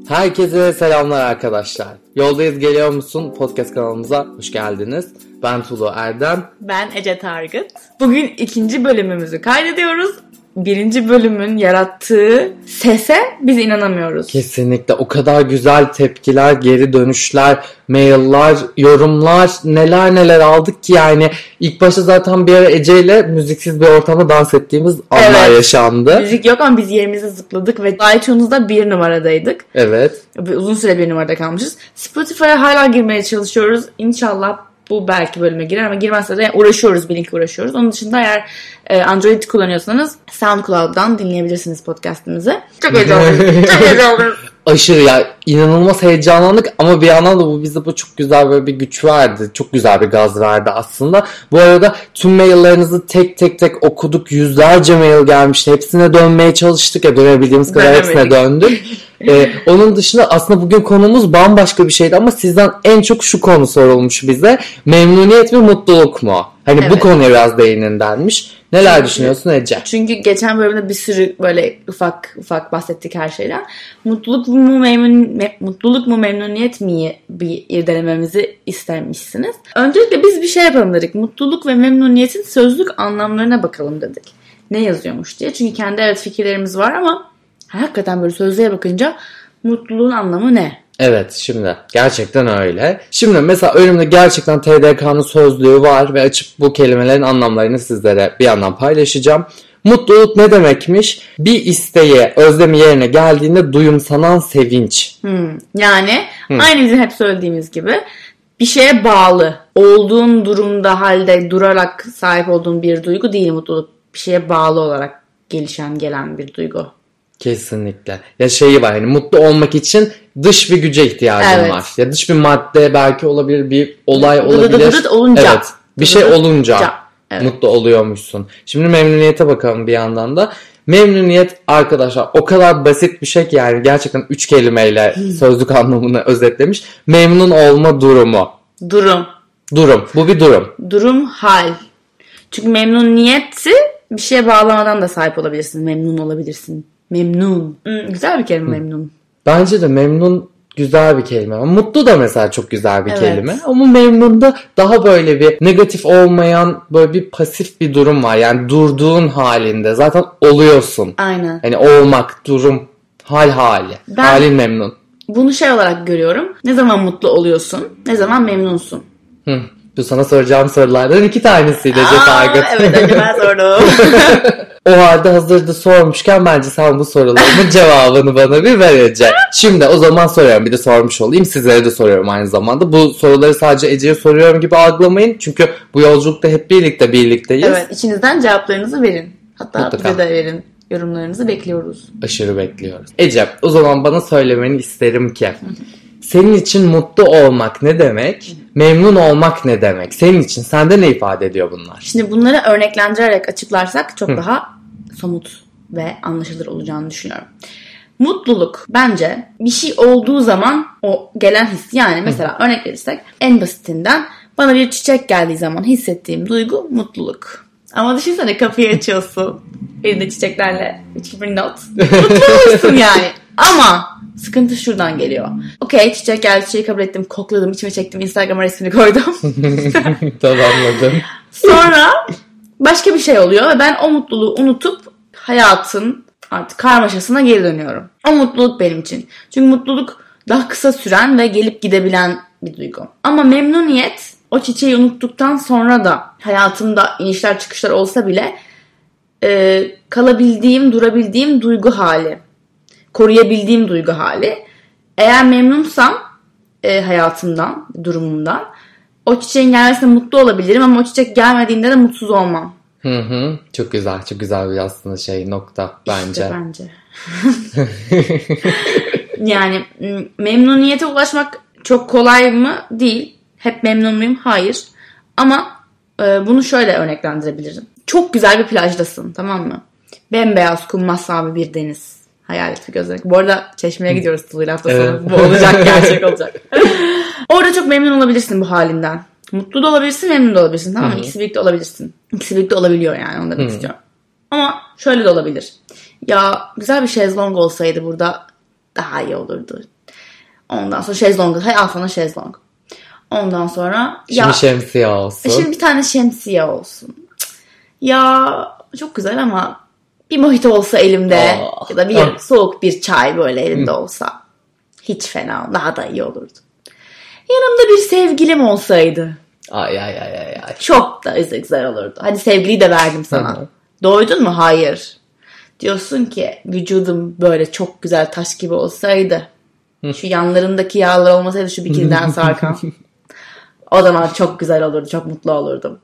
Herkese selamlar arkadaşlar. Yoldayız geliyor musun? Podcast kanalımıza hoş geldiniz. Ben Tulu Erdem. Ben Ece Targıt. Bugün 2. bölümümüzü kaydediyoruz. 1. bölümün yarattığı sese biz inanamıyoruz. Kesinlikle o kadar güzel tepkiler, geri dönüşler, mailler, yorumlar neler aldık ki yani ilk başta zaten bir ara Ece ile müziksiz bir ortamda dans ettiğimiz anlar yaşandı. Müzik yok ama biz yerimize zıpladık ve iTunes'da 1 numaradaydık. Evet. Uzun süre 1 numarada kalmışız. Spotify'a hala girmeye çalışıyoruz. İnşallah bu belki bölüme girer ama girmezse de uğraşıyoruz. Onun dışında eğer Android kullanıyorsanız SoundCloud'dan dinleyebilirsiniz podcast'imizi. Çok heyecanlıyım. Aşırı ya, inanılmaz heyecanlandık ama bir yandan da bize bu çok güzel böyle bir güç verdi. Çok güzel bir gaz verdi aslında. Bu arada tüm maillerinizi tek okuduk. Yüzlerce mail gelmişti. Hepsine dönmeye çalıştık ya, dönebildiğimiz kadar hepsine döndük. Onun dışında aslında bugün konumuz bambaşka bir şeydi ama sizden en çok şu konu sorulmuş bize. Memnuniyet mi, mutluluk mu? Hani bu konuya biraz değinin denmiş. Neler düşünüyorsun Ece? Çünkü geçen bölümde bir sürü böyle ufak bahsettik her şeyden. Mutluluk mu memnuniyet mi bir irdelememizi istemişsiniz. Öncelikle biz bir şey yapalım dedik. Mutluluk ve memnuniyetin sözlük anlamlarına bakalım dedik. Ne yazıyormuş diye. Çünkü kendi fikirlerimiz var ama hakikaten böyle sözlüğe bakınca mutluluğun anlamı ne? Evet, şimdi gerçekten öyle. Şimdi mesela önümde gerçekten TDK'nın sözlüğü var ve açıp bu kelimelerin anlamlarını sizlere bir yandan paylaşacağım. Mutluluk ne demekmiş? Bir isteği, özlemi yerine geldiğinde duyumsanan sevinç. Yani aynı bizim hep söylediğimiz gibi bir şeye bağlı. Olduğun durumda, halde durarak sahip olduğun bir duygu değil mutluluk. Bir şeye bağlı olarak gelen bir duygu. Kesinlikle. Ya şeyi var, hani mutlu olmak için dış bir güce ihtiyacın var. Ya dış bir madde belki olabilir, bir olay olabilir. Olunca. Evet. Bir şey olunca mutlu oluyormuşsun. Şimdi memnuniyete bakalım bir yandan da. Memnuniyet arkadaşlar o kadar basit bir şey ki yani gerçekten 3 kelimeyle sözlük anlamını özetlemiş. Memnun olma durumu. Durum. Bu bir durum. Durum, hal. Çünkü memnuniyeti bir şeye bağlamadan da sahip olabilirsin. Memnun olabilirsin. Memnun. Güzel bir kelime memnun. Bence de memnun güzel bir kelime. Mutlu da mesela çok güzel bir kelime. Ama memnunda daha böyle bir negatif olmayan böyle bir pasif bir durum var. Yani durduğun halinde zaten oluyorsun. Aynen. Hani olmak, durum, hali. Halin memnun. Bunu olarak görüyorum. Ne zaman mutlu oluyorsun? Ne zaman memnunsun? Bu sana soracağım sorulardan 2 tanesiydi Ece Targıt. Evet, önce ben sordum. O halde hazırda sormuşken bence sen bu sorularımın cevabını bana bir vereceksin. Şimdi o zaman soruyorum. Bir de sormuş olayım. Sizlere de soruyorum aynı zamanda. Bu soruları sadece Ece'ye soruyorum gibi algılamayın. Çünkü bu yolculukta hep birlikteyiz. Evet, içinizden cevaplarınızı verin. Hatta bize de verin. Yorumlarınızı bekliyoruz. Aşırı bekliyoruz. Ece, o zaman bana söylemeni isterim ki senin için mutlu olmak ne demek? Memnun olmak ne demek? Senin için sende ne ifade ediyor bunlar? Şimdi bunları örneklendirerek açıklarsak çok daha somut ve anlaşılır olacağını düşünüyorum. Mutluluk bence bir şey olduğu zaman o gelen his. Yani mesela örnek verirsek en basitinden bana bir çiçek geldiği zaman hissettiğim duygu mutluluk. Ama düşünsene kapıyı açıyorsun. Elinde çiçeklerle bir not. Mutlu olursun yani. Ama sıkıntı şuradan geliyor. Okey, çiçek geldi, çiçeği kabul ettim, kokladım, içime çektim, Instagram'a resmini koydum. Tamamladım. Sonra başka bir şey oluyor ve ben o mutluluğu unutup hayatın artık karmaşasına geri dönüyorum. O mutluluk benim için. Çünkü mutluluk daha kısa süren ve gelip gidebilen bir duygu. Ama memnuniyet o çiçeği unuttuktan sonra da hayatımda inişler çıkışlar olsa bile kalabildiğim, durabildiğim duygu hali. Koruyabildiğim duygu hali. Eğer memnunsam hayatımdan, durumumdan o çiçeğin gelmesine mutlu olabilirim ama o çiçek gelmediğinde de mutsuz olmam. Çok güzel bir aslında nokta bence. İşte bence. Yani memnuniyete ulaşmak çok kolay mı? Değil. Hep memnun muyum? Hayır. Ama bunu şöyle örneklendirebilirim. Çok güzel bir plajdasın, tamam mı? Bembeyaz kum masmavi bir deniz. Hayal et bir gözle. Bu arada Çeşme'ye gidiyoruz Tulu'yla hafta sonu. Bu olacak, gerçek olacak. Orada çok memnun olabilirsin bu halinden. Mutlu da olabilirsin, memnun da olabilirsin. Tamam mı? İkisi birlikte olabilirsin. İkisi birlikte olabiliyor yani, onu demek istiyorum. Ama şöyle de olabilir. Ya güzel bir şezlong olsaydı burada daha iyi olurdu. Ondan sonra şezlong. Hay al sana şezlong. Ondan sonra Şimdi şemsiye olsun. Şimdi bir tane şemsiye olsun. Ya çok güzel ama bir mojito olsa elimde ya da bir soğuk bir çay böyle elimde olsa hiç fena, daha da iyi olurdu. Yanımda bir sevgilim olsaydı. Ay. Çok da güzel olurdu. Hadi sevgiliyi de verdim sana. Doydun mu? Hayır. Diyorsun ki vücudum böyle çok güzel taş gibi olsaydı. Şu yanlarındaki yağlar olmasaydı şu bikiniden sarkan. O zaman çok güzel olurdu. Çok mutlu olurdum.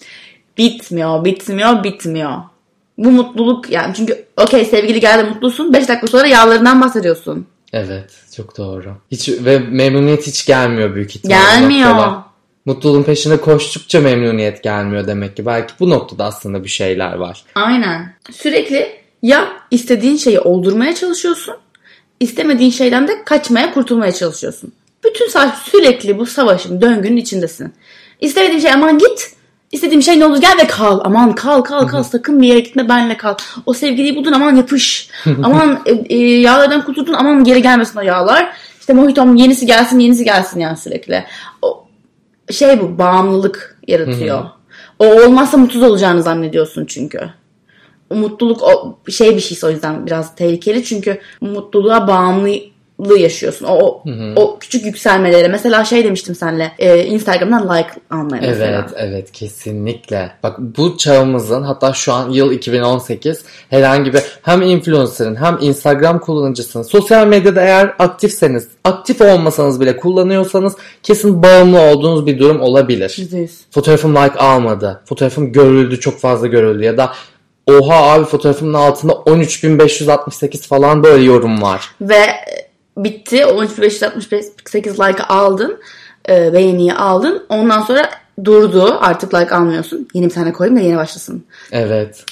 Bitmiyor. Bu mutluluk yani çünkü okey sevgili geldi mutlusun. 5 dakika sonra yağlarından bahsediyorsun. Evet çok doğru. Ve memnuniyet hiç gelmiyor büyük ihtimalle. Gelmiyor. Mutluluğun peşinde koştukça memnuniyet gelmiyor demek ki. Belki bu noktada aslında bir şeyler var. Aynen. Sürekli ya istediğin şeyi oldurmaya çalışıyorsun. İstemediğin şeyden de kaçmaya, kurtulmaya çalışıyorsun. Bütün sürekli bu savaşın, döngünün içindesin. İstemediğin şey aman git. İstediğim şey ne olur gel ve kal. Aman kal. Sakın bir yere gitme benle kal. O sevgiliyi buldun aman yapış. Aman yağlardan kurtuldun aman geri gelmesin o yağlar. İşte mojitom yenisi gelsin yani sürekli. O bu bağımlılık yaratıyor. O olmazsa mutsuz olacağını zannediyorsun çünkü. O mutluluk bir şeyse o yüzden biraz tehlikeli çünkü mutluluğa bağımlılığı yaşıyorsun. O küçük yükselmelere. Mesela demiştim seninle Instagram'dan like almaya mesela. Evet kesinlikle. Bak bu çağımızın hatta şu an yıl 2018 herhangi bir hem influencer'ın hem Instagram kullanıcısının sosyal medyada eğer aktifseniz aktif olmasanız bile kullanıyorsanız kesin bağımlı olduğunuz bir durum olabilir. %100. Fotoğrafım like almadı. Fotoğrafım görüldü çok fazla görüldü ya da oha abi fotoğrafımın altında 13.568 falan böyle yorum var. Ve bitti. 13.568 like aldın. Beğeniyi aldın. Ondan sonra durdu. Artık like almıyorsun. Yeni bir tane koyayım da yeni başlasın. Evet.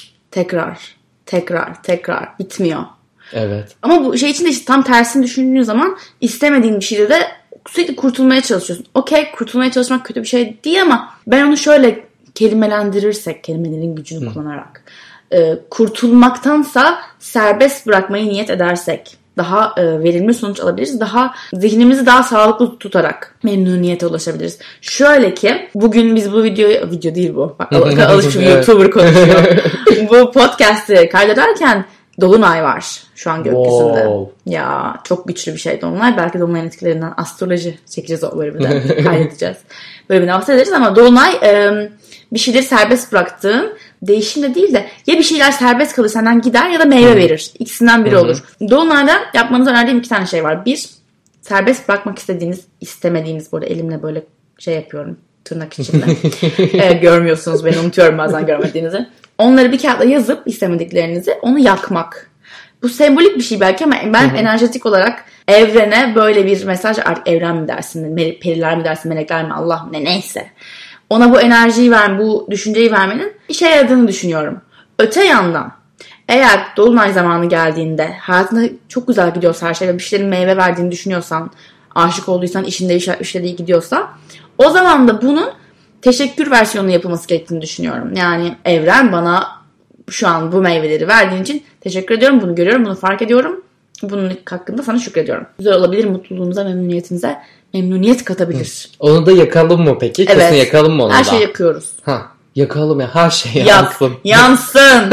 Tekrar. Bitmiyor. Evet. Ama bu şey için de işte tam tersini düşündüğün zaman istemediğin bir şeyde de sürekli kurtulmaya çalışıyorsun. Okey kurtulmaya çalışmak kötü bir şey değil ama ben onu şöyle kelimelendirirsek kelimelerin gücünü kullanarak kurtulmaktansa serbest bırakmayı niyet edersek daha verimli sonuç alabiliriz. Zihnimizi daha sağlıklı tutarak memnuniyete ulaşabiliriz. Şöyle ki bugün biz bu video değil bu. Bak alışım YouTuber konuşuyor. Bu podcast'i kaydederken Dolunay var şu an gökyüzünde. Wow. Ya çok güçlü bir şey Dolunay. Belki Dolunay'ın etkilerinden astroloji çekeceğiz o bölümde. Kaydedeceğiz. Bölümüne bahsederiz ama Dolunay bir şeyleri serbest bıraktığın değişim de değil de ya bir şeyler serbest kalır senden gider ya da meyve verir. İkisinden biri olur. Dolunay'da yapmanızı önerdiğim 2 tane şey var. Bir, serbest bırakmak istemediğiniz böyle elimle böyle yapıyorum tırnak içinde. Görmüyorsunuz beni unutuyorum bazen görmediğinizi. Onları bir kağıtla yazıp istemediklerinizi onu yakmak. Bu sembolik bir şey belki ama ben enerjetik olarak evrene böyle bir mesaj artık evren mi dersin, periler mi dersin, melekler mi, Allah mı neyse. Ona bu enerjiyi bu düşünceyi vermenin işe yaradığını düşünüyorum. Öte yandan eğer dolunay zamanı geldiğinde hayatında çok güzel gidiyorsa her şey ve bir şeylerin meyve verdiğini düşünüyorsan, aşık olduysan, işinde işleri iyi gidiyorsa o zaman da bunun teşekkür versiyonu yapılması gerektiğini düşünüyorum. Yani evren bana şu an bu meyveleri verdiğin için teşekkür ediyorum. Bunu görüyorum, bunu fark ediyorum. Bunun hakkında sana şükrediyorum. Güzel olabilir, mutluluğunuza, memnuniyetinize memnuniyet katabilir. Onu da yakalım mı peki? Evet. Kesin yakalım mı onu da? Her şeyi yakıyoruz. Yakalım ya. Her şey yansın. Yansın.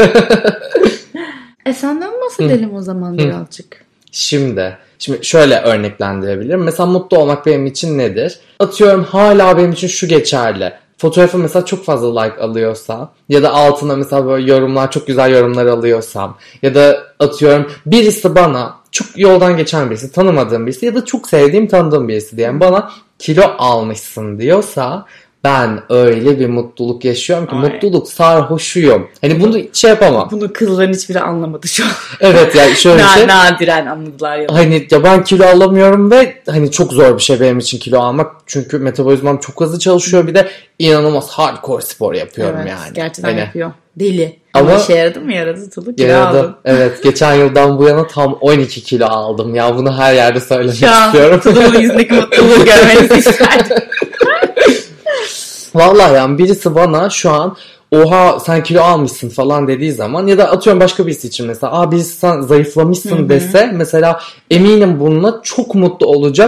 Senden bahsedelim o zaman birazcık. Şimdi şöyle örneklendirebilirim. Mesela mutlu olmak benim için nedir? Atıyorum hala benim için şu geçerli. Fotoğrafı mesela çok fazla like alıyorsa ya da altına mesela böyle yorumlar çok güzel yorumlar alıyorsam ya da atıyorum birisi bana çok yoldan geçen birisi, tanımadığım birisi ya da çok sevdiğim, tanıdığım birisi diyen bana kilo almışsın diyorsa ben öyle bir mutluluk yaşıyorum ki mutluluk sarhoşuyum. Hani bunu yapamam. Bunu kızların hiçbiri anlamadı şu an. Evet yani şöyle nadiren anladılar ya. Hani ya ben kilo alamıyorum ve hani çok zor bir şey benim için kilo almak. Çünkü metabolizmam çok hızlı çalışıyor. Bir de inanılmaz hardcore spor yapıyorum yani. Gerçekten yapıyor. Deli. Ama işe yaradı mı? Yaradı Tulu. Kilo aldım. Evet. Geçen yıldan bu yana tam 12 kilo aldım. Ya bunu her yerde söylemek istiyorum. Şu an Tulu'nun yüzündeki mutluluğu görmenizi isterdim. Vallahi yani birisi bana şu an oha sen kilo almışsın falan dediği zaman ya da atıyorum başka birisi için mesela birisi sen zayıflamışsın dese mesela eminim bununla çok mutlu olacak.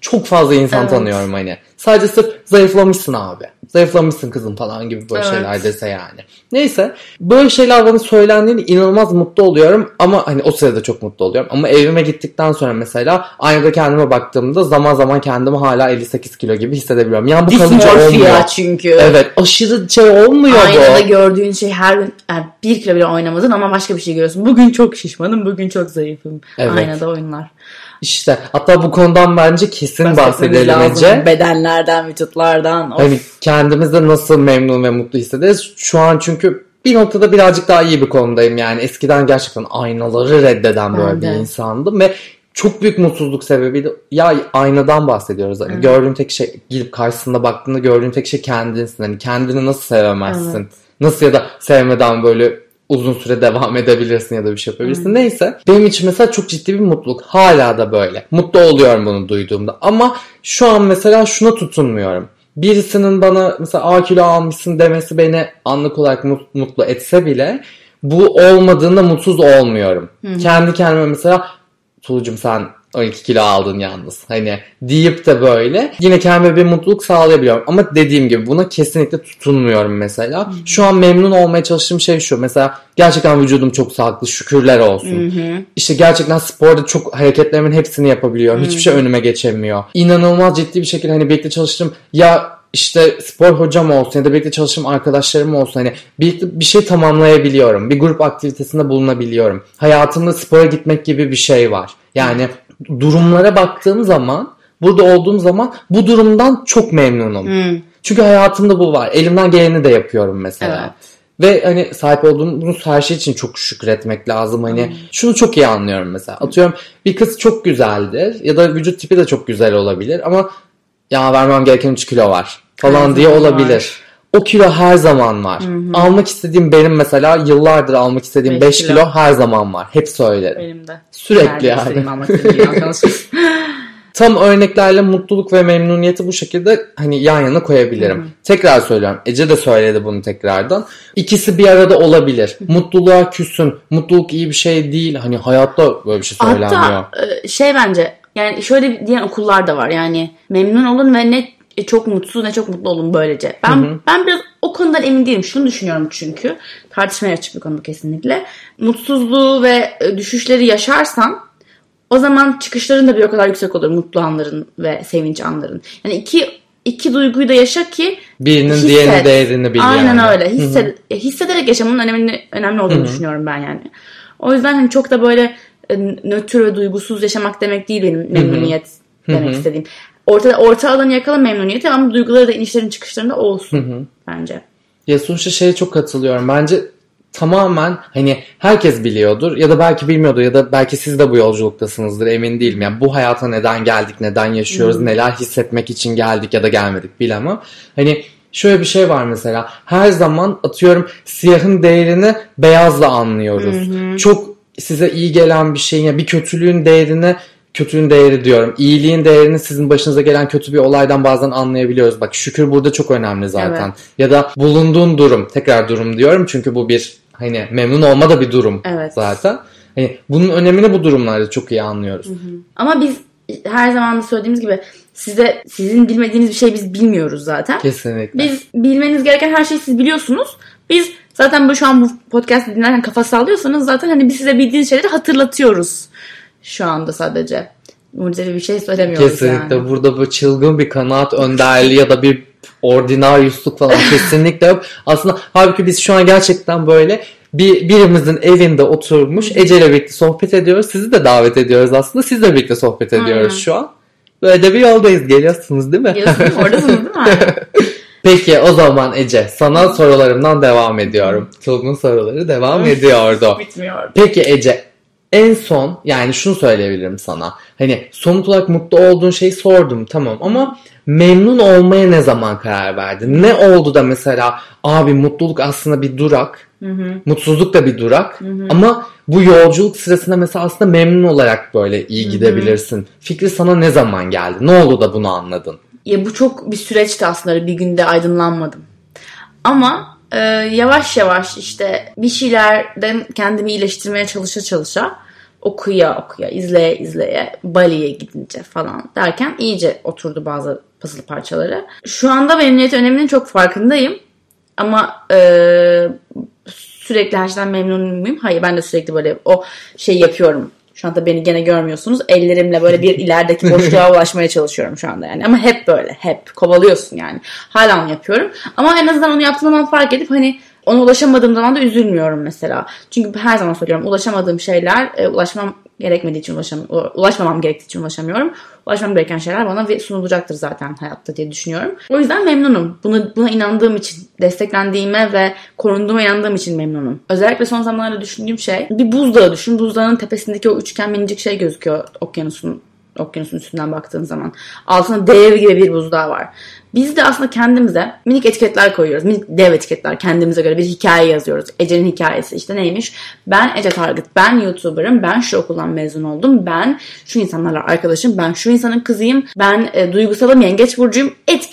çok fazla insan tanıyorum hani. Sadece sırf zayıflamışsın abi. Zayıflamışsın kızım falan gibi böyle şeyler dese yani. Neyse. Böyle şeyler bana söylendiğinde inanılmaz mutlu oluyorum. Ama hani o sırada çok mutlu oluyorum. Ama evime gittikten sonra mesela aynada kendime baktığımda zaman zaman kendimi hala 58 kilo gibi hissedebiliyorum. Yani bu kalıcı olmuyor. Çünkü. Evet. Aşırı şey olmuyor bu. Aynada gördüğün şey her gün yani 1 kilo bile oynamadın ama başka bir şey görüyorsun. Bugün çok şişmanım, bugün çok zayıfım. Evet. Aynada oyunlar. İşte hatta bu konudan bence kesin bahsedelim Ece. Bedenlerden, vücutlardan. Hani kendimizde nasıl memnun ve mutlu hissederiz. Şu an çünkü bir noktada birazcık daha iyi bir konudayım yani. Eskiden gerçekten aynaları reddeden böyle bir insandım ve çok büyük mutsuzluk sebebiydi. Ya aynadan bahsediyoruz. Hani gördüğün tek şey, gidip karşısında baktığında gördüğün tek şey kendinsin. Hani kendini nasıl sevemezsin? Evet. Nasıl ya da sevmeden böyle uzun süre devam edebilirsin ya da bir şey yapabilirsin. Neyse. Benim için mesela çok ciddi bir mutluluk. Hala da böyle. Mutlu oluyorum bunu duyduğumda. Ama şu an mesela şuna tutunmuyorum. Birisinin bana mesela A kilo almışsın demesi beni anlık olarak mutlu etse bile bu olmadığında mutsuz olmuyorum. Kendi kendime mesela Tulucum sen 12 kilo aldın yalnız. Hani deyip de böyle yine kendime bir mutluluk sağlayabiliyorum. Ama dediğim gibi buna kesinlikle tutunmuyorum mesela. Şu an memnun olmaya çalıştığım şey şu. Mesela gerçekten vücudum çok sağlıklı. Şükürler olsun. İşte gerçekten sporda çok hareketlerimin hepsini yapabiliyorum. Hiçbir şey önüme geçemiyor. İnanılmaz ciddi bir şekilde hani birlikte çalıştığım ya işte spor hocam olsun ya da birlikte çalıştığım arkadaşlarım olsun hani birlikte bir şey tamamlayabiliyorum. Bir grup aktivitesinde bulunabiliyorum. Hayatımda spora gitmek gibi bir şey var. Yani durumlara baktığım zaman, burada olduğum zaman bu durumdan çok memnunum. Çünkü hayatımda bu var. Elimden geleni de yapıyorum mesela. Evet. Ve hani sahip olduğumuz her şey için çok şükretmek lazım. Hani şunu çok iyi anlıyorum mesela. Atıyorum bir kız çok güzeldir ya da vücut tipi de çok güzel olabilir ama ya vermem gereken 3 kilo var falan her diye olabilir. Var. O kilo her zaman var. Almak istediğim benim mesela yıllardır almak istediğim 5 kilo her zaman var. Hep söylerim. Benim de. Sürekli yani. Tam örneklerle mutluluk ve memnuniyeti bu şekilde hani yan yana koyabilirim. Tekrar söylüyorum. Ece de söyledi bunu tekrardan. İkisi bir arada olabilir. Mutluluğa küsün. Mutluluk iyi bir şey değil. Hani hayatta böyle bir şey söylenmiyor. Hatta bence yani şöyle diyen okullar da var. Yani memnun olun ve ne çok mutsuz ne çok mutlu olun böylece. Ben biraz o konudan emin değilim. Şunu düşünüyorum çünkü. Tartışmaya açık bir konu kesinlikle. Mutsuzluğu ve düşüşleri yaşarsan o zaman çıkışların da bir o kadar yüksek olur. Mutlu anların ve sevinç anların. Yani iki duyguyu da yaşa ki birinin diğerinin değerini bil. Aynen yani. Öyle. Hissederek yaşamanın önemli olduğunu düşünüyorum ben yani. O yüzden hani çok da böyle nötr ve duygusuz yaşamak demek değil benim memnuniyet demek istediğim. Orta alanı yakala memnuniyeti ama duyguları da inişlerin çıkışlarında olsun bence. Ya sonuçta şeye çok katılıyorum. Bence tamamen hani herkes biliyordur ya da belki bilmiyordur ya da belki siz de bu yolculuktasınızdır, emin değilim. Yani bu hayata neden geldik, neden yaşıyoruz, neler hissetmek için geldik ya da gelmedik bilemem. Hani şöyle bir şey var mesela. Her zaman atıyorum siyahın değerini beyazla anlıyoruz. Çok size iyi gelen bir şeyin ya bir kötülüğün değeri diyorum. İyiliğin değerini sizin başınıza gelen kötü bir olaydan bazen anlayabiliyoruz. Bak şükür burada çok önemli zaten. Evet. Ya da bulunduğun durum. Tekrar durum diyorum çünkü bu bir hani memnun olma da bir durum zaten. Hani bunun önemini bu durumlarda çok iyi anlıyoruz. Ama biz her zaman da söylediğimiz gibi sizin bilmediğiniz bir şey biz bilmiyoruz zaten. Kesinlikle. Biz bilmeniz gereken her şeyi siz biliyorsunuz. Biz zaten şu an bu podcast'ı dinlerken kafa sallıyorsanız zaten hani biz size bildiğiniz şeyleri hatırlatıyoruz. Şu anda sadece mucizevi bir şey söylemiyoruz. Kesinlikle yani. Burada böyle çılgın bir kanaat önderliği ya da bir ordinaryusluk falan kesinlikle yok. Aslında halbuki biz şu an gerçekten böyle birimizin evinde oturmuş Ece ile birlikte sohbet ediyoruz. Sizi de davet ediyoruz aslında. Sizle birlikte sohbet ediyoruz şu an. Böyle de bir yoldayız. Geliyorsunuz değil mi? Geliyorsunuz. Oradasınız değil mi? Peki o zaman Ece sana sorularımdan devam ediyorum. Çılgın soruları devam ediyordu. Bitmiyor. Peki Ece en son yani şunu söyleyebilirim sana. Hani somut olarak mutlu olduğun şeyi sordum tamam ama memnun olmaya ne zaman karar verdin? Ne oldu da mesela abi mutluluk aslında bir durak. Mutsuzluk da bir durak. Ama bu yolculuk sırasında mesela aslında memnun olarak böyle iyi gidebilirsin. Fikri sana ne zaman geldi? Ne oldu da bunu anladın? Ya bu çok bir süreçti aslında. Bir günde aydınlanmadım. Ama yavaş yavaş işte bir şeylerden kendimi iyileştirmeye çalışa okuya izleye izleye Bali'ye gidince falan derken iyice oturdu bazı puzzle parçaları. Şu anda memnuniyet öneminin çok farkındayım. Ama sürekli her şeyden memnun muyum? Hayır, ben de sürekli böyle o şey yapıyorum. Şu anda beni gene görmüyorsunuz. Ellerimle böyle bir ilerideki boşluğa ulaşmaya çalışıyorum şu anda yani. Ama hep böyle. Hep kovalıyorsun yani. Hala onu yapıyorum. Ama en azından onu yaptığım zaman fark edip hani ona ulaşamadığım zaman da üzülmüyorum mesela. Çünkü her zaman söylüyorum, ulaşamadığım şeyler ulaşmam gerekmediği için ulaşmamam gerektiği için ulaşamıyorum. Ulaşmam gereken şeyler bana sunulacaktır zaten hayatta diye düşünüyorum. O yüzden memnunum. Buna inandığım için, desteklendiğime ve korunduğuma inandığım için memnunum. Özellikle son zamanlarda düşündüğüm şey, bir buzdağı düşün. Buzdağının tepesindeki o üçgen minicik şey gözüküyor okyanusun üstünden baktığın zaman. Altında dev gibi bir buzdağı var. Biz de aslında kendimize minik etiketler koyuyoruz. Minik dev etiketler, kendimize göre bir hikaye yazıyoruz. Ece'nin hikayesi işte neymiş? Ben Ece Target, ben YouTuber'ım, ben şu okuldan mezun oldum, ben şu insanlarla arkadaşım, ben şu insanın kızıyım, ben duygusalım, yengeç burcuyum.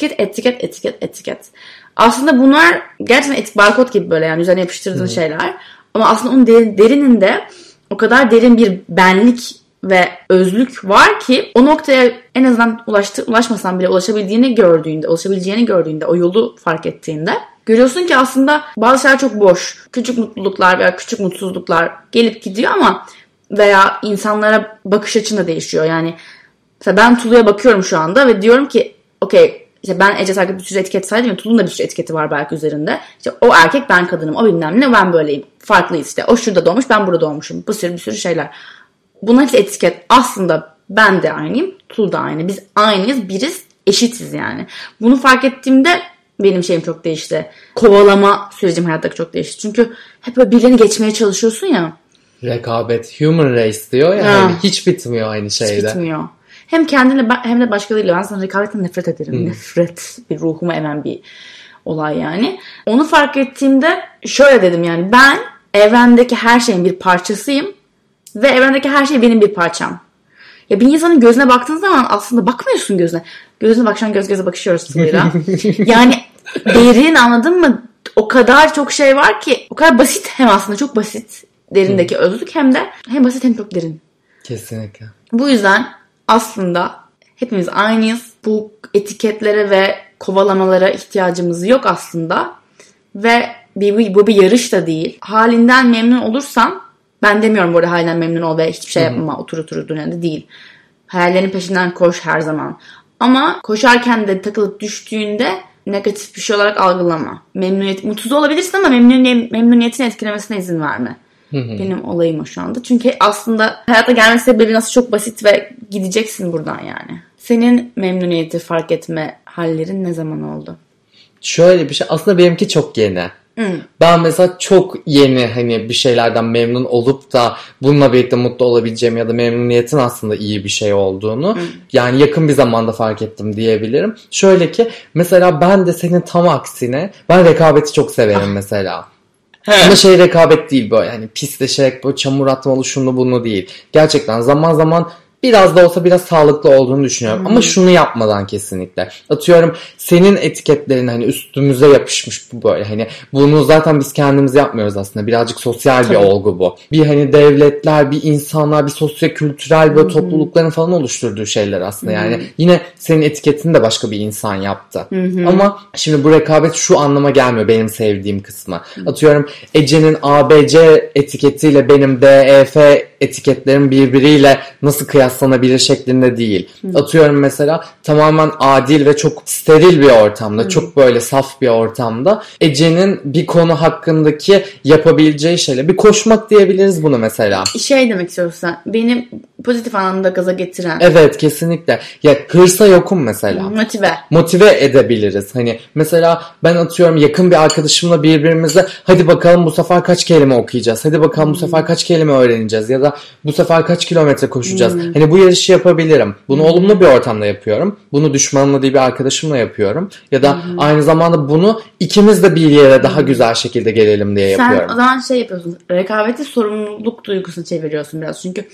Etiket. Aslında bunlar gerçekten barkod gibi böyle yani üzerine yapıştırdığın şeyler. Ama aslında onun derininde o kadar derin bir benlik ve özlük var ki o noktaya en azından ulaşmasan bile ulaşabileceğini gördüğünde, o yolu fark ettiğinde görüyorsun ki aslında bazı şeyler çok boş. Küçük mutluluklar veya küçük mutsuzluklar gelip gidiyor ama veya insanlara bakış açın da değişiyor. Yani mesela ben Tulu'ya bakıyorum şu anda ve diyorum ki okey, İşte ben Ece Target bir sürü etiket saydım. Tulu'nun da bir sürü etiketi var belki üzerinde. İşte o erkek, ben kadınım, o bilmem ne, ben böyleyim. Farklıyız işte. O şurada doğmuş, ben burada doğmuşum. Bir sürü şeyler. Bunlar hepsi etiket. Aslında ben de aynıyım. Tulu da aynı. Biz aynıyız. Biriz. Eşitiz yani. Bunu fark ettiğimde benim şeyim çok değişti. Kovalama sürecim hayattaki çok değişti. Çünkü hep böyle birilerini geçmeye çalışıyorsun ya. Rekabet. Human race diyor ya. Yani hiç bitmiyor aynı şeyde. Hiç bitmiyor. Hem kendine hem de başkalarıyla. Ben sana rekabetten nefret ederim. Nefret. Bir ruhuma emen bir olay yani. Onu fark ettiğimde şöyle dedim yani. Ben evrendeki her şeyin bir parçasıyım. Ve evrendeki her şey benim bir parçam. Ya bir insanın gözüne baktığın zaman aslında bakmıyorsun gözüne. Gözüne bak, şu an göz göze bakışıyoruz Tulu'yla. Yani derin, anladın mı? O kadar çok şey var ki. O kadar basit, hem aslında çok basit derindeki özlük, hem de hem basit hem çok derin. Kesinlikle. Bu yüzden aslında hepimiz aynıyız. Bu etiketlere ve kovalamalara ihtiyacımız yok aslında. Ve bu bir yarış da değil. Halinden memnun olursan, ben demiyorum bu arada halinden memnun ol ve hiçbir şey yapma, otur dünyada değil. Hayallerin peşinden koş her zaman. Ama koşarken de takılıp düştüğünde negatif bir şey olarak algılama. Mutsuz olabilirsin ama memnuniyetin etkilemesine izin verme. Benim olayım o şu anda. Çünkü aslında hayata gelme sebebi nasıl çok basit ve gideceksin buradan yani. Senin memnuniyeti fark etme hallerin ne zaman oldu? Şöyle bir şey. Aslında benimki çok yeni. Ben mesela çok yeni hani bir şeylerden memnun olup da bununla birlikte mutlu olabileceğim ya da memnuniyetin aslında iyi bir şey olduğunu yani yakın bir zamanda fark ettim diyebilirim. Şöyle ki mesela ben de senin tam aksine ben rekabeti çok severim mesela. Ama rekabet değil böyle hani pisleşerek böyle çamur atmalı şunu bunu değil. Gerçekten zaman zaman biraz da olsa biraz sağlıklı olduğunu düşünüyorum. Ama şunu yapmadan kesinlikle. Atıyorum senin etiketlerin hani üstümüze yapışmış bu böyle. Hani bunu zaten biz kendimiz yapmıyoruz aslında. Birazcık sosyal bir olgu bu. Bir hani devletler, bir insanlar, bir sosyo-kültürel böyle toplulukların falan oluşturduğu şeyler aslında. Yani yine senin etiketini de başka bir insan yaptı. Ama şimdi bu rekabet şu anlama gelmiyor benim sevdiğim kısmı. Atıyorum Ece'nin ABC etiketiyle benim DEF etiketlerin birbiriyle nasıl kıyaslanabilir şeklinde değil. Atıyorum mesela tamamen adil ve çok steril bir ortamda, çok böyle saf bir ortamda Ece'nin bir konu hakkındaki yapabileceği şeyler. Bir koşmak diyebiliriz bunu mesela. Şey demek istiyorsan, beni pozitif anlamda gaza getiren. Evet, kesinlikle. Ya hırsa yokum mesela. Motive edebiliriz. Hani mesela ben atıyorum yakın bir arkadaşımla birbirimize hadi bakalım bu sefer kaç kelime okuyacağız. Hadi bakalım bu sefer kaç kelime öğreneceğiz. Ya da bu sefer kaç kilometre koşacağız. Hani bu yarışı yapabilirim. Bunu olumlu bir ortamda yapıyorum. Bunu düşmanla değil bir arkadaşımla yapıyorum. Ya da aynı zamanda bunu ikimiz de bir yere daha güzel şekilde gelelim diye yapıyorum. Sen o zaman şey yapıyorsun. Rekabeti sorumluluk duygusunu çeviriyorsun biraz. Çünkü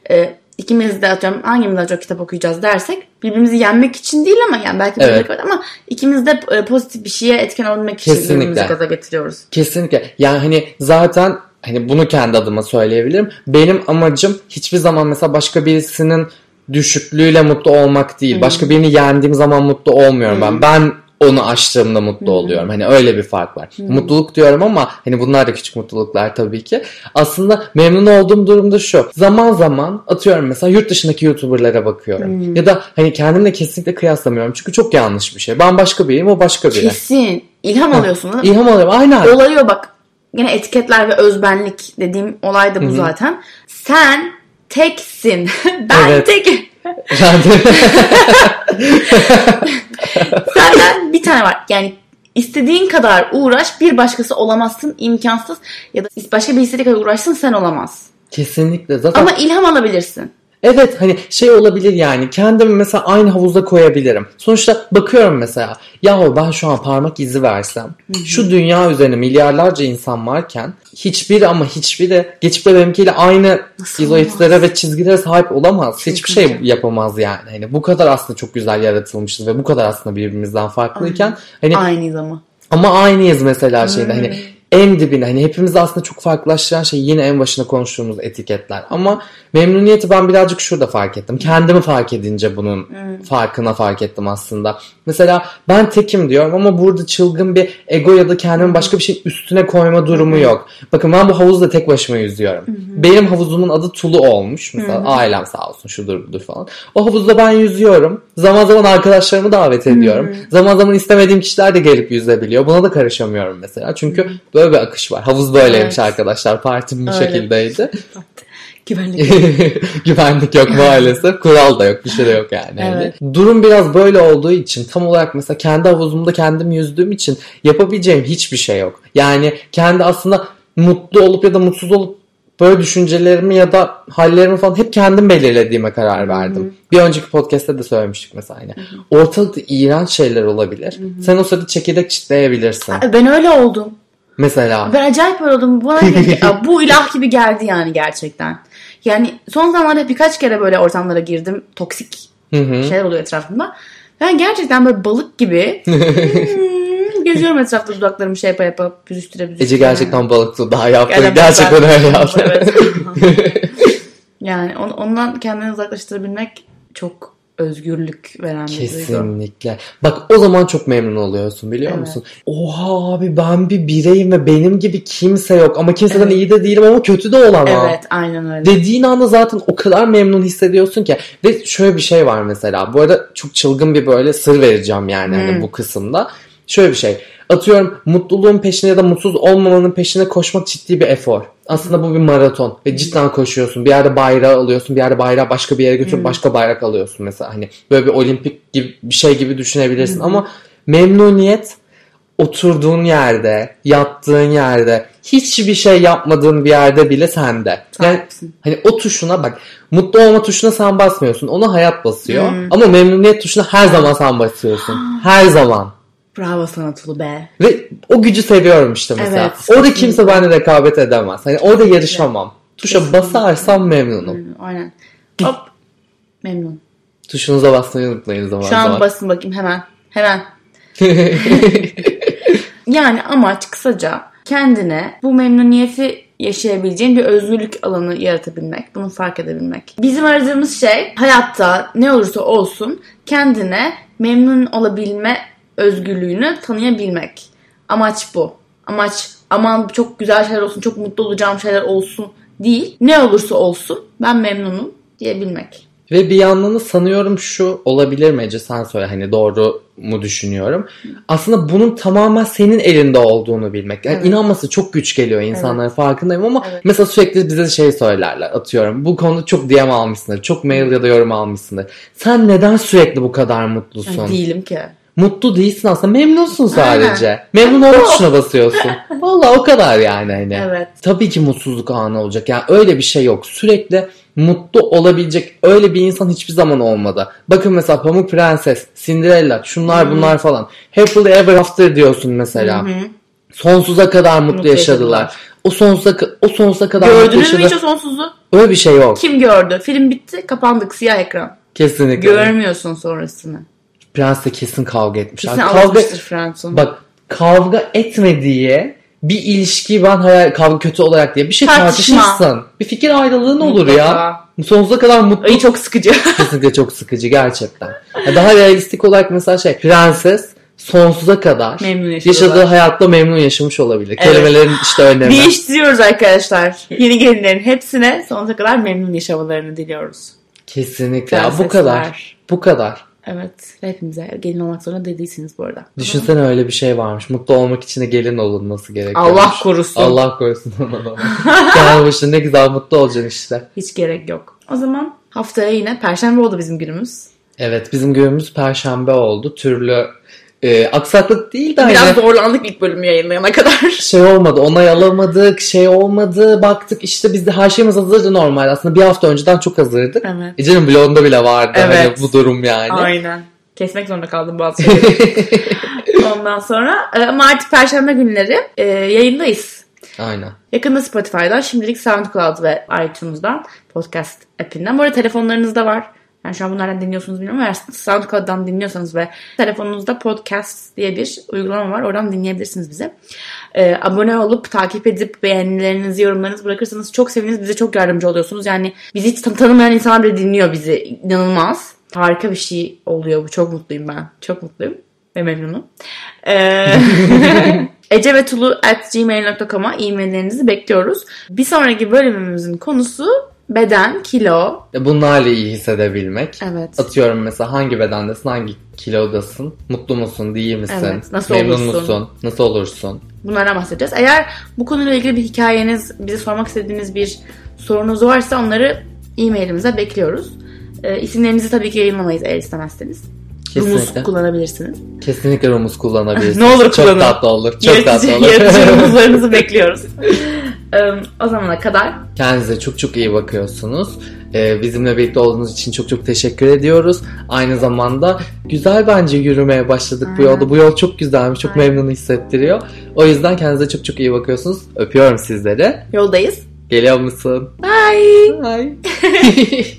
ikimiz de atıyorum hangimiz daha çok kitap okuyacağız dersek birbirimizi yenmek için değil ama yani belki rekabet ama ikimiz de pozitif bir şeye etken olmak için birbirimizi gaza getiriyoruz. Kesinlikle. Yani hani zaten hani bunu kendi adıma söyleyebilirim. Benim amacım hiçbir zaman mesela başka birisinin düşüklüğüyle mutlu olmak değil. Başka birini yendiğim zaman mutlu olmuyorum ben. Ben onu aştığımda mutlu oluyorum. Hani öyle bir fark var. Mutluluk diyorum ama hani bunlar da küçük mutluluklar tabii ki. Aslında memnun olduğum durumda şu. Zaman zaman atıyorum mesela yurt dışındaki YouTuber'lara bakıyorum. Ya da hani kendimle kesinlikle kıyaslamıyorum. Çünkü çok yanlış bir şey. Ben başka biriyim, o başka biri. Kesin. İlham alıyorsun değil mi? İlham alıyorum. Aynen. Olayı o bak. Yine etiketler ve özbenlik dediğim olay da bu zaten. Sen teksin. Ben tekim. Senden bir tane var. Yani istediğin kadar uğraş, bir başkası olamazsın, imkansız. Ya da başka bir istediği kadar uğraşsın, sen olamaz. Kesinlikle. Zaten... Ama ilham alabilirsin. Evet, hani şey olabilir yani, kendimi mesela aynı havuza koyabilirim. Sonuçta bakıyorum mesela, yahu ben şu an parmak izi versem, şu dünya üzerine milyarlarca insan varken hiçbiri geçip de benimkiyle aynı izoidlere ve çizgilere sahip olamaz. Hiçbir şey yapamaz yani. Hani bu kadar aslında çok güzel yaratılmışız ve bu kadar aslında birbirimizden farklıyken hani aynıyız ama aynıyız mesela şeyde hani en dibine, hani hepimizi aslında çok farklılaştıran şey yine en başında konuştuğumuz etiketler. Ama memnuniyeti ben birazcık şurada fark ettim. Kendimi fark edince bunun farkına fark ettim aslında. Mesela ben tekim diyorum ama burada çılgın bir ego ya da kendimi başka bir şeyin üstüne koyma durumu yok. Bakın ben bu havuzda tek başıma yüzüyorum. Benim havuzumun adı Tulu olmuş. Mesela ailem sağ olsun, şudur budur falan. O havuzda ben yüzüyorum. Zaman zaman arkadaşlarımı davet ediyorum. Zaman zaman istemediğim kişiler de gelip yüzebiliyor. Buna da karışamıyorum mesela. Çünkü böyle bir akış var. Havuz böyleymiş arkadaşlar. Partim bu şekildeydi. Güvenlik yok maalesef. Kural da yok. Bir şey de yok yani. Evet. Durum biraz böyle olduğu için, tam olarak mesela kendi havuzumda kendim yüzdüğüm için yapabileceğim hiçbir şey yok. Yani kendi aslında mutlu olup ya da mutsuz olup böyle düşüncelerimi ya da hallerimi falan hep kendim belirlediğime karar verdim. Bir önceki podcast'te de söylemiştik mesela yine. Ortalıkta iğrenç şeyler olabilir. Sen o sırada çekirdek çitleyebilirsin. Ben öyle oldum. Mesela. Ben acayip öyle oldum. Bu ilah gibi geldi yani gerçekten. Yani son zamanlarda birkaç kere böyle ortamlara girdim. Toksik şeyler oluyor etrafımda. Ben gerçekten böyle balık gibi geziyorum etrafta, dudaklarımı şey yapa büzüştüre. Ece gerçekten balıktı daha yaptı. Gerçekten öyle yaptı. Evet. Yani ondan kendini uzaklaştırabilmek çok özgürlük veren bir duygu. Kesinlikle. Bak o zaman çok memnun oluyorsun, biliyor musun? Oha abi, ben bir bireyim ve benim gibi kimse yok. Ama kimseden iyi de değilim ama kötü de olamam. Evet, aynen öyle. Dediğin anda zaten o kadar memnun hissediyorsun ki. Ve şöyle bir şey var mesela. Bu arada çok çılgın bir böyle sır vereceğim yani hani bu kısımda. Şöyle bir şey. Atıyorum, mutluluğun peşine ya da mutsuz olmamanın peşine koşmak ciddi bir efor. Aslında bu bir maraton ve cidden koşuyorsun. Bir yerde bayrağı alıyorsun, bir yerde bayrağı başka bir yere götürüp başka bayrak alıyorsun mesela. Hani böyle bir olimpik gibi bir şey gibi düşünebilirsin ama memnuniyet oturduğun yerde, yattığın yerde, hiçbir şey yapmadığın bir yerde bile sende. Yani hani o tuşuna bak. Mutlu olma tuşuna sen basmıyorsun. Ona hayat basıyor. Ama memnuniyet tuşuna her zaman sen basıyorsun. Her zaman. Bravo sana Tulu be. Ve o gücü seviyorum işte mesela. Evet, orada kimse benimle rekabet edemez. Hani orada yarışamam. Tuşa basarsam memnunum. Aynen. Hop. Memnun. Tuşunuza basmayı unutmayın zaman Şu an zaman. basın bakayım hemen. Yani amaç kısaca kendine bu memnuniyeti yaşayabileceğin bir özgürlük alanı yaratabilmek. Bunu fark edebilmek. Bizim aradığımız şey hayatta ne olursa olsun kendine memnun olabilme özgürlüğünü tanıyabilmek. Amaç bu. Amaç aman çok güzel şeyler olsun, çok mutlu olacağım şeyler olsun değil. Ne olursa olsun ben memnunum diyebilmek. Ve bir yandan da sanıyorum şu olabilir mi Ece, sen söyle, hani doğru mu düşünüyorum. Aslında bunun tamamen senin elinde olduğunu bilmek. Yani inanması çok güç geliyor insanlara, farkındayım ama mesela sürekli bize şey söylerler, atıyorum. Bu konuda çok DM almışsındır, çok mail ya da yorum almışsındır. Sen neden sürekli bu kadar mutlusun? Değilim ki. Mutlu değilsin aslında. Memnunsun sadece. Memnun olma tuşuna basıyorsun. Vallahi o kadar yani. Hani. Evet. Tabii ki mutsuzluk anı olacak. Yani öyle bir şey yok. Sürekli mutlu olabilecek öyle bir insan hiçbir zaman olmadı. Bakın mesela Pamuk Prenses, Cinderella, şunlar bunlar falan. Happily ever after diyorsun mesela. Sonsuza kadar mutlu yaşadılar. O sonsuza kadar gördünüz mutlu yaşadılar. Gördünüz mü hiç o sonsuzu? Öyle bir şey yok. Kim gördü? Film bitti, kapandık, siyah ekran. Kesinlikle. Görmüyorsun sonrasını. Prensle kesin kavga etmişler. Kesin alışmıştır Fransa'nın. Bak, kavga etmediği bir ilişki ben kavga kötü olarak diye bir şey Tartışma. tartışırsın. Bir fikir ayrılığın olur Mutlaka. ya. Sonsuza kadar mutlu. Ay çok sıkıcı. Kesinlikle çok sıkıcı gerçekten. Ya daha realistik olarak mesela prenses sonsuza kadar Memnun yaşadığı hayatta memnun yaşamış olabilir. Evet. Kelimelerin işte önemi. Değiştiriyoruz arkadaşlar. Yeni gelinlerin hepsine sonsuza kadar memnun yaşamalarını diliyoruz. Kesinlikle. Ya, bu kadar. Bu kadar. Evet. Hepimize gelin olmak zorunda değilsiniz bu arada. Düşünsene öyle bir şey varmış. Mutlu olmak için de gelin olunması gerekiyormuş. Allah korusun. Allah korusun. Kendi başına ne güzel mutlu olacaksın işte. Hiç gerek yok. O zaman haftaya yine Perşembe oldu bizim günümüz. Evet, bizim günümüz Perşembe oldu. Türlü aksaklık değil de biraz zorlandık ilk bölümü yayınlayana kadar. Olmadı, onay alamadık, olmadı, baktık işte bizde her şeyimiz hazırdı normal. Aslında bir hafta önceden çok hazırdık. Evet. Canım blogunda bile vardı hani bu durum yani. Aynen. Kesmek zorunda kaldım bazı şeyleri. Ondan sonra ama artık Perşembe günleri yayındayız. Aynen. Yakında Spotify'dan, şimdilik SoundCloud ve iTunes'dan, podcast app'inden. Bu arada telefonlarınızda var. Yani şu an bunlardan dinliyorsunuz bilmiyorum ama SoundCloud'dan dinliyorsanız ve telefonunuzda podcast diye bir uygulama var. Oradan dinleyebilirsiniz bizi. Abone olup, takip edip, beğenilerinizi, yorumlarınızı bırakırsanız çok seviniriz. Bize çok yardımcı oluyorsunuz. Yani bizi hiç tanımayan insanlar bile dinliyor bizi. İnanılmaz. Harika bir şey oluyor bu. Çok mutluyum ben. Çok mutluyum. Ve memnunum. ecevetulu@gmail.com'a e-maillerinizi bekliyoruz. Bir sonraki bölümümüzün konusu beden, kilo. Bunlarla iyi hissedebilmek. Evet. Atıyorum mesela hangi bedendesin, hangi kilodasın, mutlu musun, değil misin, evet. Nasıl memnun olursun? musun, nasıl olursun? Bunlardan bahsedeceğiz. Eğer bu konuyla ilgili bir hikayeniz, bize sormak istediğiniz bir sorunuz varsa onları e-mailimize bekliyoruz. İsimlerinizi tabii ki yayınlamayız eğer istemezseniz. Rumuz kullanabilirsiniz. Kesinlikle rumuz kullanabilirsiniz. Ne olur kullanın. Çok tatlı olur. Çok tatlı olur. Yaratıcı rumuzlarınızı bekliyoruz. O zamana kadar kendinize çok çok iyi bakıyorsunuz. Bizimle birlikte olduğunuz için çok çok teşekkür ediyoruz. Aynı zamanda güzel bence yürümeye başladık bu yolda. Bu yol çok güzelmiş, çok memnun hissettiriyor. O yüzden kendinize çok çok iyi bakıyorsunuz. Öpüyorum sizleri. Yoldayız. Geliyor musun? Bye. Bye.